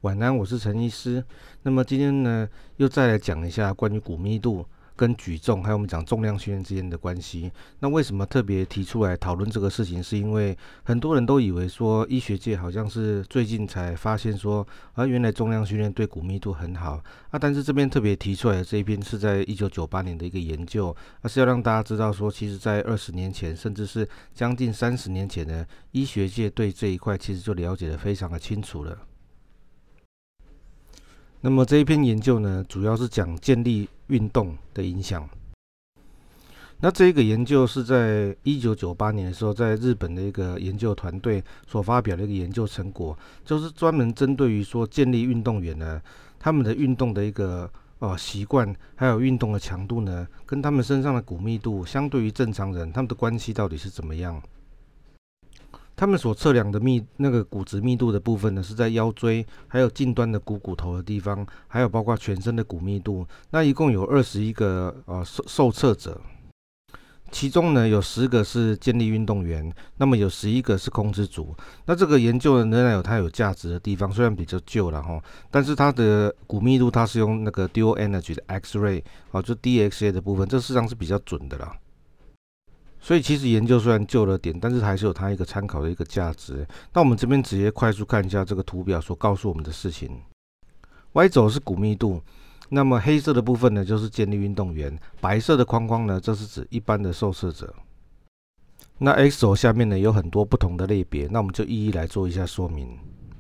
晚安，我是陈医师。那么今天呢，又再来讲一下关于骨密度跟举重，还有我们讲重量训练之间的关系。那为什么特别提出来讨论这个事情？是因为很多人都以为说，医学界好像是最近才发现说，原来重量训练对骨密度很好但是这边特别提出来的这一篇是在1998年的一个研究，是要让大家知道说，其实在20年前，甚至是将近30年前呢，医学界对这一块其实就了解得非常的清楚了。那么这一篇研究呢，主要是讲健力运动的影响。那这一个研究是在1998年的时候，在日本的一个研究团队所发表的一个研究成果，就是专门针对于说健力运动员呢，他们的运动的一个习惯，还有运动的强度呢，跟他们身上的骨密度，相对于正常人，他们的关系到底是怎么样？他们所测量的那个骨质密度的部分呢，是在腰椎，还有近端的骨头的地方，还有包括全身的骨密度。那一共有21个受测者，其中呢有10个是健力运动员，那么有11个是控制组。那这个研究呢仍然有它有价值的地方，虽然比较旧了哈，但是它的骨密度它是用那个 Dual Energy 的 X-ray 就 DXA 的部分，这事实上是比较准的啦。所以其实研究虽然旧了点，但是还是有它一个参考的一个价值。那我们这边直接快速看一下这个图表所告诉我们的事情。Y 轴是骨密度，那么黑色的部分呢就是健力运动员，白色的框框呢这是指一般的受试者。那 X 轴下面呢有很多不同的类别，那我们就一一来做一下说明。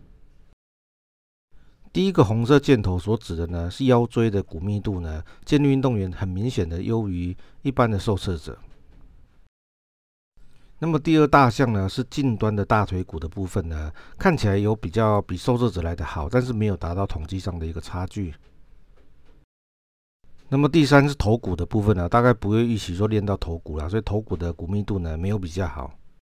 第一个红色箭头所指的呢是腰椎的骨密度呢，健力运动员很明显的优于一般的受试者。那么第二大项呢是近端的大腿骨的部分呢，看起来有比受试者来的好，但是没有达到统计上的一个差距。那么第三是头骨的部分呢，大概不会预期说练到头骨啦，所以头骨的骨密度呢没有比较好。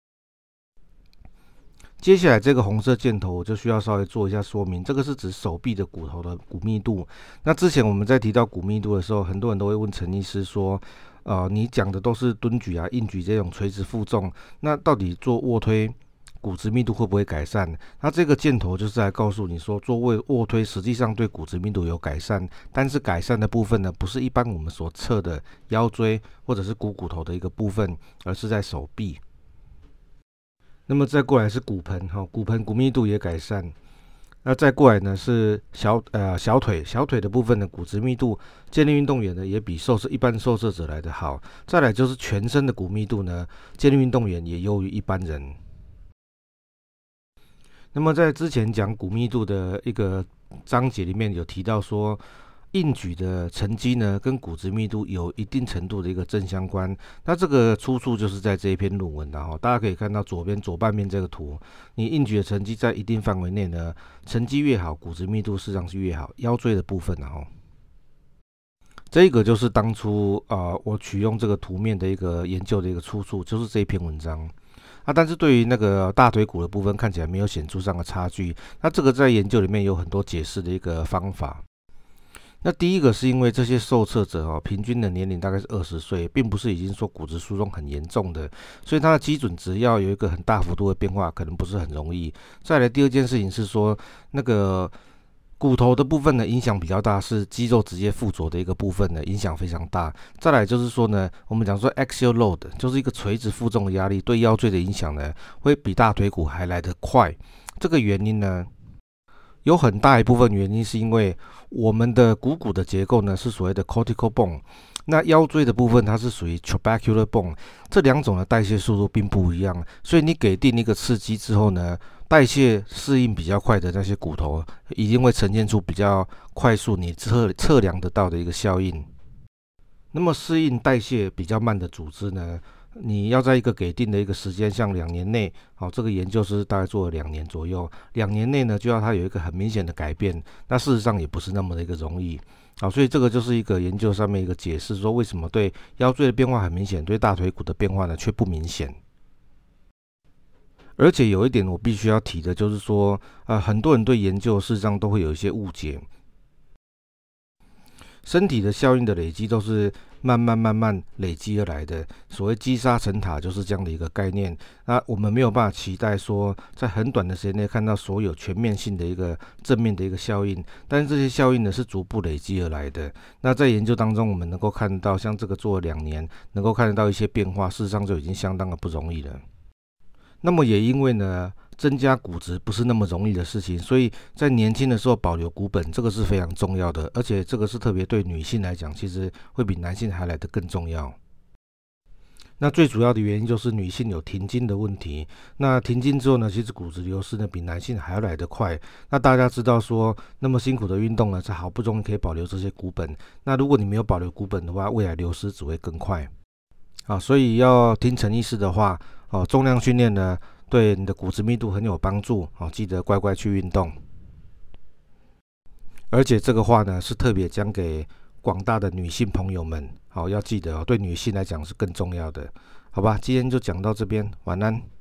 接下来这个红色箭头我就需要稍微做一下说明，这个是指手臂的骨头的骨密度。那之前我们在提到骨密度的时候，很多人都会问陈医师说，你讲的都是蹲举啊、硬举这种垂直负重，那到底做卧推骨质密度会不会改善？那这个箭头就是来告诉你说，做卧推实际上对骨质密度有改善，但是改善的部分呢，不是一般我们所测的腰椎或者是股头的一个部分，而是在手臂。那么再过来是骨盆，骨盆骨密度也改善。那再过来呢是小腿的部分的骨质密度，健力运动员呢也比一般受试者来的好。再来就是全身的骨密度呢，健力运动员也优于一般人。那么在之前讲骨密度的一个章节里面有提到说，硬举的成绩呢跟骨质密度有一定程度的一个正相关。那这个出处就是在这一篇论文的大家可以看到左半面这个图，你硬举的成绩在一定范围内呢，成绩越好，骨质密度事实上是越好。腰椎的部分这个就是当初我取用这个图面的一个研究的一个出处，就是这一篇文章。但是对于那个大腿骨的部分看起来没有显著上的差距，那这个在研究里面有很多解释的一个方法。那第一个是因为这些受测者平均的年龄大概是20岁，并不是已经说骨质疏松很严重的，所以它的基准值要有一个很大幅度的变化，可能不是很容易。再来第二件事情是说，那个骨头的部分呢影响比较大，是肌肉直接附着的一个部分呢影响非常大。再来就是说呢，我们讲说 axial load 就是一个垂直负重的压力，对腰椎的影响呢会比大腿骨还来得快。这个原因呢，有很大一部分原因是因为我们的骨的结构呢是所谓的 cortical bone， 那腰椎的部分它是属于 trabecular bone， 这两种的代谢速度并不一样，所以你给定一个刺激之后呢，代谢适应比较快的那些骨头一定会呈现出比较快速你测量得到的一个效应。那么适应代谢比较慢的组织呢，你要在一个给定的一个时间，像2年内，这个研究是大概做了2年左右，2年内呢就要它有一个很明显的改变，那事实上也不是那么的一个容易，所以这个就是一个研究上面一个解释，说为什么对腰椎的变化很明显，对大腿骨的变化呢却不明显。而且有一点我必须要提的就是说，很多人对研究事实上都会有一些误解。 身体的效应的累积都是慢慢累积而来的，所谓积沙成塔就是这样的一个概念。那我们没有办法期待说在很短的时间内看到所有全面性的一个正面的一个效应，但是这些效应呢是逐步累积而来的。那在研究当中，我们能够看到像这个做了2年，能够看得到一些变化，事实上就已经相当的不容易了。那么也因为呢，增加骨质不是那么容易的事情，所以在年轻的时候保留骨本，这个是非常重要的，而且这个是特别对女性来讲，其实会比男性还来得更重要。那最主要的原因就是女性有停经的问题，那停经之后呢，其实骨质流失呢比男性还要来得快。那大家知道说，那么辛苦的运动呢，是好不容易可以保留这些骨本，那如果你没有保留骨本的话，未来流失只会更快。所以要听陈医师的话，重量训练呢，对你的骨质密度很有帮助，记得乖乖去运动。而且这个话呢，是特别讲给广大的女性朋友们，要记得对女性来讲是更重要的，好吧？今天就讲到这边，晚安。